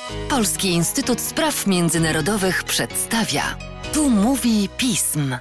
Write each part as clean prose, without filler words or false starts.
Polski Instytut Spraw Międzynarodowych przedstawia. Tu mówi pism.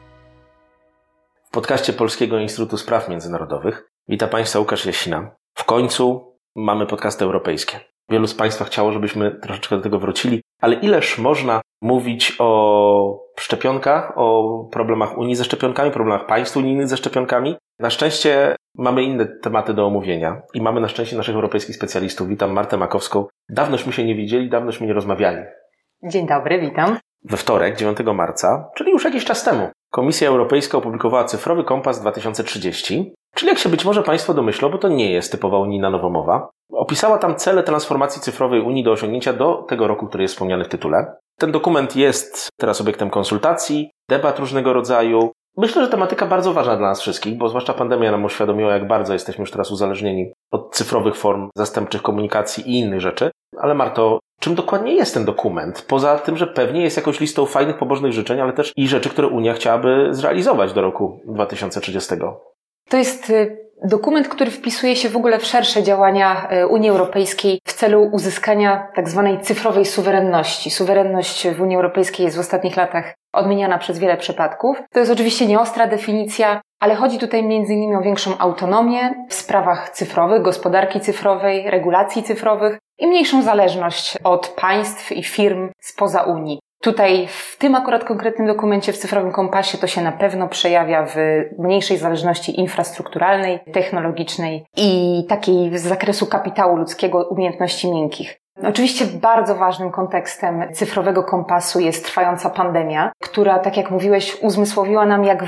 W podcaście Polskiego Instytutu Spraw Międzynarodowych wita Państwa Łukasz Jasina. W końcu mamy podcasty europejskie. Wielu z Państwa chciało, żebyśmy troszeczkę do tego wrócili, ale ileż można mówić o szczepionkach, o problemach Unii ze szczepionkami, problemach państw unijnych ze szczepionkami. Na szczęście mamy inne tematy do omówienia i mamy na szczęście naszych europejskich specjalistów. Witam Martę Makowską. Dawnośmy się nie widzieli, dawnośmy nie rozmawiali. Dzień dobry, witam. We wtorek, 9 marca, czyli już jakiś czas temu, Komisja Europejska opublikowała Cyfrowy Kompas 2030, czyli jak się być może Państwo domyślą, bo to nie jest typowa unijna nowomowa, opisała tam cele transformacji cyfrowej Unii do osiągnięcia do tego roku, który jest wspomniany w tytule. Ten dokument jest teraz obiektem konsultacji, debat różnego rodzaju. Myślę, że tematyka bardzo ważna dla nas wszystkich, bo zwłaszcza pandemia nam uświadomiła, jak bardzo jesteśmy już teraz uzależnieni od cyfrowych form zastępczych komunikacji i innych rzeczy. Ale Marto, czym dokładnie jest ten dokument? Poza tym, że pewnie jest jakąś listą fajnych, pobożnych życzeń, ale też i rzeczy, które Unia chciałaby zrealizować do roku 2030. To jest dokument, który wpisuje się w ogóle w szersze działania Unii Europejskiej w celu uzyskania tak zwanej cyfrowej suwerenności. Suwerenność w Unii Europejskiej jest w ostatnich latach odmieniana przez wiele przypadków. To jest oczywiście nieostra definicja, ale chodzi tutaj m.in. o większą autonomię w sprawach cyfrowych, gospodarki cyfrowej, regulacji cyfrowych i mniejszą zależność od państw i firm spoza Unii. Tutaj w tym akurat konkretnym dokumencie w Cyfrowym Kompasie to się na pewno przejawia w mniejszej zależności infrastrukturalnej, technologicznej i takiej z zakresu kapitału ludzkiego, umiejętności miękkich. Oczywiście bardzo ważnym kontekstem Cyfrowego Kompasu jest trwająca pandemia, która, tak jak mówiłeś, uzmysłowiła nam, jak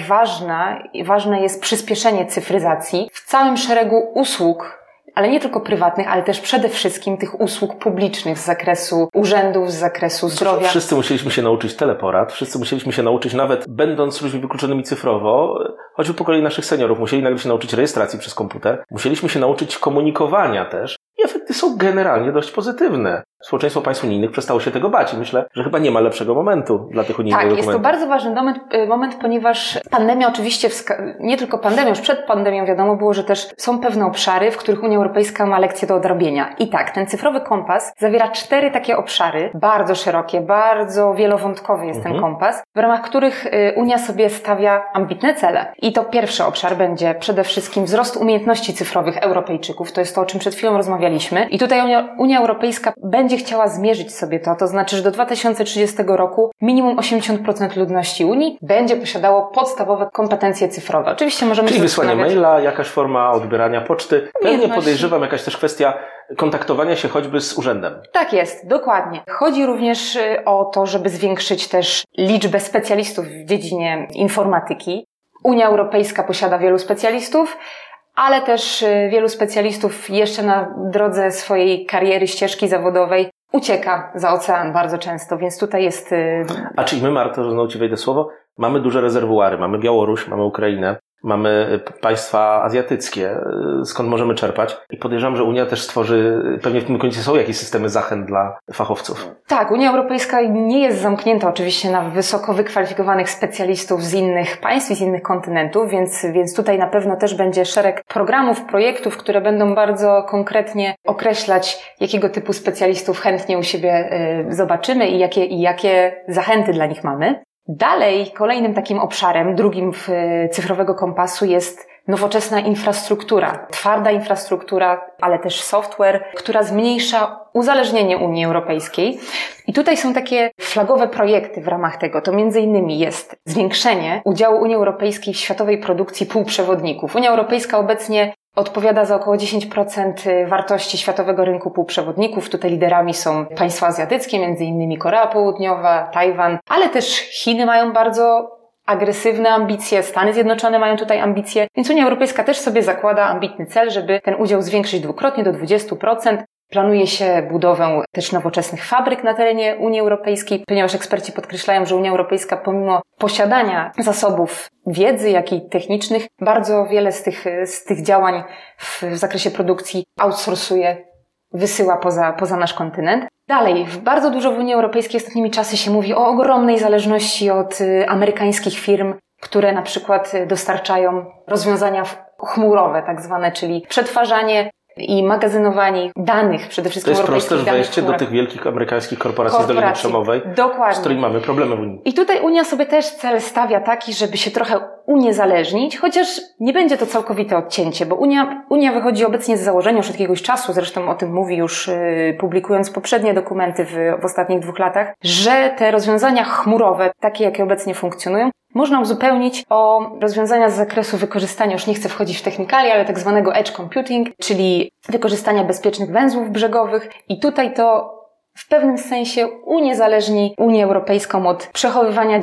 ważne jest przyspieszenie cyfryzacji w całym szeregu usług, ale nie tylko prywatnych, ale też przede wszystkim tych usług publicznych z zakresu urzędów, z zakresu zdrowia. Wszyscy musieliśmy się nauczyć teleporad, wszyscy musieliśmy się nauczyć, nawet będąc ludźmi wykluczonymi cyfrowo, choćby po kolei naszych seniorów, musieli nagle się nauczyć rejestracji przez komputer, musieliśmy się nauczyć komunikowania też i efekty są generalnie dość pozytywne. Społeczeństwo państw unijnych przestało się tego bać i myślę, że chyba nie ma lepszego momentu dla tych unijnych dokumentów. Tak, jest to bardzo ważny moment, ponieważ pandemia oczywiście, nie tylko pandemia, już przed pandemią wiadomo było, że też są pewne obszary, w których Unia Europejska ma lekcje do odrobienia. I tak, ten Cyfrowy Kompas zawiera 4 takie obszary, bardzo szerokie, bardzo wielowątkowy jest ten kompas, w ramach których Unia sobie stawia ambitne cele. I to pierwszy obszar będzie przede wszystkim wzrost umiejętności cyfrowych Europejczyków, to jest to, o czym przed chwilą rozmawialiśmy. I tutaj Unia Europejska będzie chciała zmierzyć sobie to znaczy, że do 2030 roku minimum 80% ludności Unii będzie posiadało podstawowe kompetencje cyfrowe. Oczywiście możemy Czyli sobie wysłanie maila, jakaś forma odbierania poczty, pewnie podejrzewam jakaś też kwestia kontaktowania się choćby z urzędem. Tak jest, dokładnie. Chodzi również o to, żeby zwiększyć też liczbę specjalistów w dziedzinie informatyki. Unia Europejska posiada wielu specjalistów, ale też wielu specjalistów jeszcze na drodze swojej kariery, ścieżki zawodowej ucieka za ocean bardzo często, więc tutaj jest... A czyli my, Marto, że znowu Ci wejdę słowo, mamy duże rezerwuary, mamy Białoruś, mamy Ukrainę, mamy państwa azjatyckie, skąd możemy czerpać i podejrzewam, że Unia też stworzy, pewnie w tym końcu są jakieś systemy zachęt dla fachowców. Tak, Unia Europejska nie jest zamknięta oczywiście na wysoko wykwalifikowanych specjalistów z innych państw i z innych kontynentów, więc tutaj na pewno też będzie szereg programów, projektów, które będą bardzo konkretnie określać, jakiego typu specjalistów chętnie u siebie zobaczymy i jakie zachęty dla nich mamy. Dalej, kolejnym takim obszarem, drugim Cyfrowego Kompasu jest nowoczesna infrastruktura, twarda infrastruktura, ale też software, która zmniejsza uzależnienie Unii Europejskiej. I tutaj są takie flagowe projekty w ramach tego. To między innymi jest zwiększenie udziału Unii Europejskiej w światowej produkcji półprzewodników. Unia Europejska obecnie odpowiada za około 10% wartości światowego rynku półprzewodników. Tutaj liderami są państwa azjatyckie, między innymi Korea Południowa, Tajwan, ale też Chiny mają bardzo agresywne ambicje, Stany Zjednoczone mają tutaj ambicje, więc Unia Europejska też sobie zakłada ambitny cel, żeby ten udział zwiększyć dwukrotnie do 20%. Planuje się budowę też nowoczesnych fabryk na terenie Unii Europejskiej, ponieważ eksperci podkreślają, że Unia Europejska pomimo posiadania zasobów wiedzy, jak i technicznych, bardzo wiele z tych działań w zakresie produkcji outsourcuje, wysyła poza nasz kontynent. Dalej, bardzo dużo w Unii Europejskiej ostatnimi czasy się mówi o ogromnej zależności od amerykańskich firm, które na przykład dostarczają rozwiązania chmurowe, tak zwane, czyli przetwarzanie i magazynowanie danych, przede wszystkim europejskich danych. To jest proste wejście do tych wielkich amerykańskich korporacji z Doliny Przełomowej, z którymi mamy problemy w Unii. I tutaj Unia sobie też cel stawia taki, żeby się trochę uniezależnić, chociaż nie będzie to całkowite odcięcie, bo Unia wychodzi obecnie z założenia już od jakiegoś czasu, zresztą o tym mówi już publikując poprzednie dokumenty w ostatnich 2 latach, że te rozwiązania chmurowe, takie jakie obecnie funkcjonują, można uzupełnić o rozwiązania z zakresu wykorzystania, już nie chcę wchodzić w technikalia, ale tak zwanego edge computing, czyli wykorzystania bezpiecznych węzłów brzegowych i tutaj to w pewnym sensie uniezależni Unię Europejską od przechowywania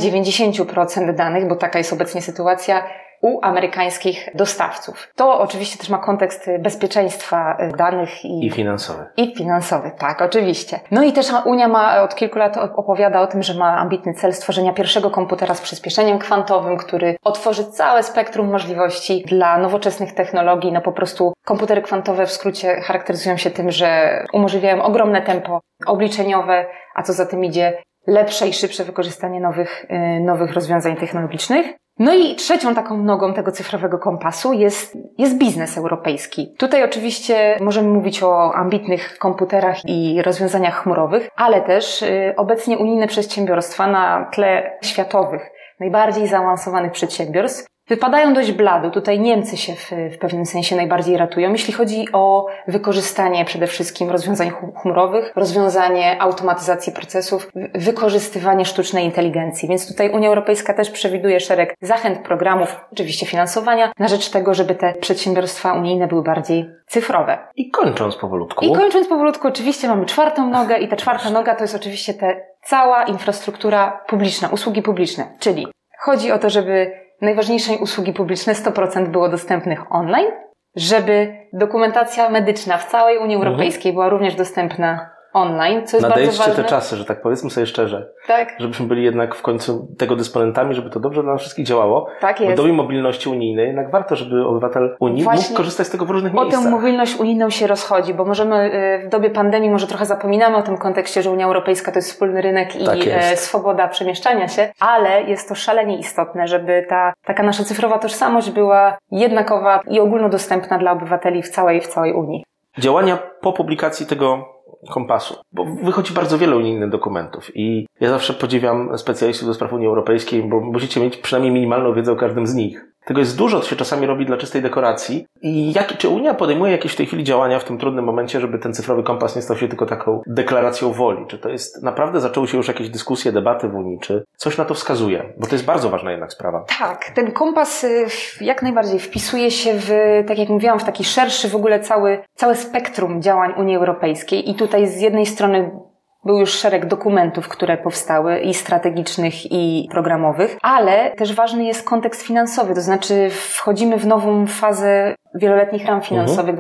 90% danych, bo taka jest obecnie sytuacja u amerykańskich dostawców. To oczywiście też ma kontekst bezpieczeństwa danych i finansowy. I finansowy, tak, oczywiście. No i też Unia od kilku lat opowiada o tym, że ma ambitny cel stworzenia pierwszego komputera z przyspieszeniem kwantowym, który otworzy całe spektrum możliwości dla nowoczesnych technologii. No po prostu komputery kwantowe w skrócie charakteryzują się tym, że umożliwiają ogromne tempo obliczeniowe, a co za tym idzie lepsze i szybsze wykorzystanie nowych rozwiązań technologicznych. No i trzecią taką nogą tego cyfrowego kompasu jest biznes europejski. Tutaj oczywiście możemy mówić o ambitnych komputerach i rozwiązaniach chmurowych, ale też obecnie unijne przedsiębiorstwa na tle światowych, najbardziej zaawansowanych przedsiębiorstw wypadają dość blado. Tutaj Niemcy się w pewnym sensie najbardziej ratują, jeśli chodzi o wykorzystanie przede wszystkim rozwiązań chmurowych, rozwiązanie automatyzacji procesów, wykorzystywanie sztucznej inteligencji. Więc tutaj Unia Europejska też przewiduje szereg zachęt, programów, oczywiście finansowania, na rzecz tego, żeby te przedsiębiorstwa unijne były bardziej cyfrowe. I kończąc powolutku, oczywiście mamy 4. nogę i ta 4. noga to jest oczywiście cała infrastruktura publiczna, usługi publiczne, czyli chodzi o to, żeby najważniejsze usługi publiczne 100% było dostępnych online, żeby dokumentacja medyczna w całej Unii Europejskiej była również dostępna online, co jest bardzo ważne. Nadejście te czasy, że tak powiedzmy sobie szczerze. Tak. Żebyśmy byli jednak w końcu tego dysponentami, żeby to dobrze dla nas wszystkich działało. Tak jest. W dobie mobilności unijnej jednak warto, żeby obywatel Unii mógł korzystać z tego w różnych miejscach. O tę mobilność unijną się rozchodzi, bo możemy w dobie pandemii może trochę zapominamy o tym kontekście, że Unia Europejska to jest wspólny rynek i swoboda przemieszczania się, ale jest to szalenie istotne, żeby taka nasza cyfrowa tożsamość była jednakowa i ogólnodostępna dla obywateli w całej Unii. Działania po publikacji tego kompasu, bo wychodzi bardzo wiele unijnych dokumentów i ja zawsze podziwiam specjalistów do spraw Unii Europejskiej, bo musicie mieć przynajmniej minimalną wiedzę o każdym z nich. Tego jest dużo, to się czasami robi dla czystej dekoracji. I czy Unia podejmuje jakieś w tej chwili działania w tym trudnym momencie, żeby ten cyfrowy kompas nie stał się tylko taką deklaracją woli? Czy to jest naprawdę zaczęły się już jakieś dyskusje, debaty w Unii? Czy coś na to wskazuje? Bo to jest bardzo ważna jednak sprawa. Tak, ten kompas jak najbardziej wpisuje się tak jak mówiłam, w taki szerszy w ogóle całe spektrum działań Unii Europejskiej. I tutaj z jednej strony był już szereg dokumentów, które powstały i strategicznych, i programowych, ale też ważny jest kontekst finansowy, to znaczy wchodzimy w nową fazę wieloletnich ram finansowych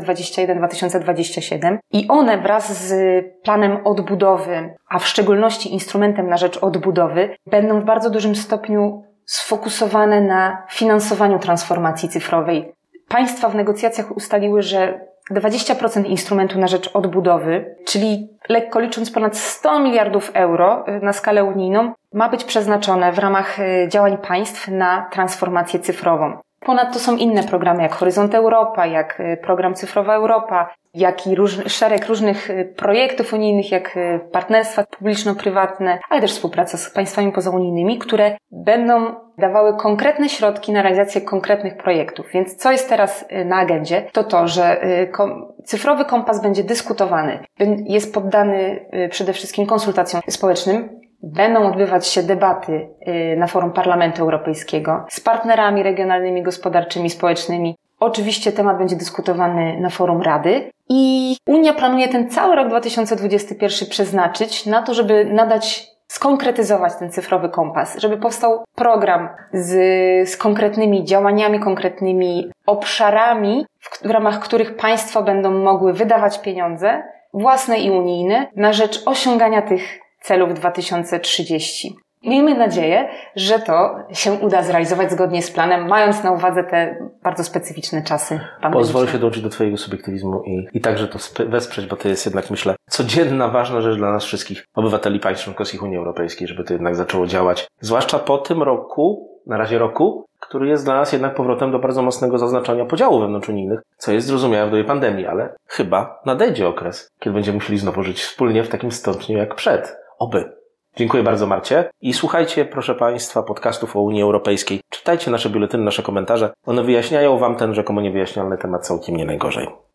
2021-2027 i one wraz z planem odbudowy, a w szczególności instrumentem na rzecz odbudowy, będą w bardzo dużym stopniu sfokusowane na finansowaniu transformacji cyfrowej. Państwa w negocjacjach ustaliły, że 20% instrumentu na rzecz odbudowy, czyli lekko licząc ponad 100 miliardów euro na skalę unijną, ma być przeznaczone w ramach działań państw na transformację cyfrową. Ponadto są inne programy jak Horyzont Europa, jak Program Cyfrowa Europa, jak i szereg różnych projektów unijnych, jak partnerstwa publiczno-prywatne, ale też współpraca z państwami pozaunijnymi, które będą dawały konkretne środki na realizację konkretnych projektów. Więc co jest teraz na agendzie, to, że cyfrowy kompas będzie dyskutowany, jest poddany przede wszystkim konsultacjom społecznym. Będą odbywać się debaty na forum Parlamentu Europejskiego z partnerami regionalnymi, gospodarczymi, społecznymi. Oczywiście temat będzie dyskutowany na forum Rady i Unia planuje ten cały rok 2021 przeznaczyć na to, żeby skonkretyzować ten cyfrowy kompas, żeby powstał program z konkretnymi działaniami, konkretnymi obszarami, w ramach których państwa będą mogły wydawać pieniądze własne i unijne na rzecz osiągania tych celów 2030. Miejmy nadzieję, że to się uda zrealizować zgodnie z planem, mając na uwadze te bardzo specyficzne czasy pandemiczne. Pozwolę się dołączyć do Twojego subiektywizmu i także to wesprzeć, bo to jest jednak, myślę, codzienna, ważna rzecz dla nas wszystkich, obywateli państw członkowskich Unii Europejskiej, żeby to jednak zaczęło działać. Zwłaszcza po tym roku na razie roku, który jest dla nas jednak powrotem do bardzo mocnego zaznaczania podziału wewnątrzunijnych, co jest zrozumiałe w dobie pandemii, ale chyba nadejdzie okres, kiedy będziemy musieli znowu żyć wspólnie w takim stopniu jak przed. Oby. Dziękuję bardzo, Marcie. I słuchajcie, proszę Państwa, podcastów o Unii Europejskiej. Czytajcie nasze biuletyny, nasze komentarze. One wyjaśniają Wam ten rzekomo niewyjaśnialny temat całkiem nie najgorzej.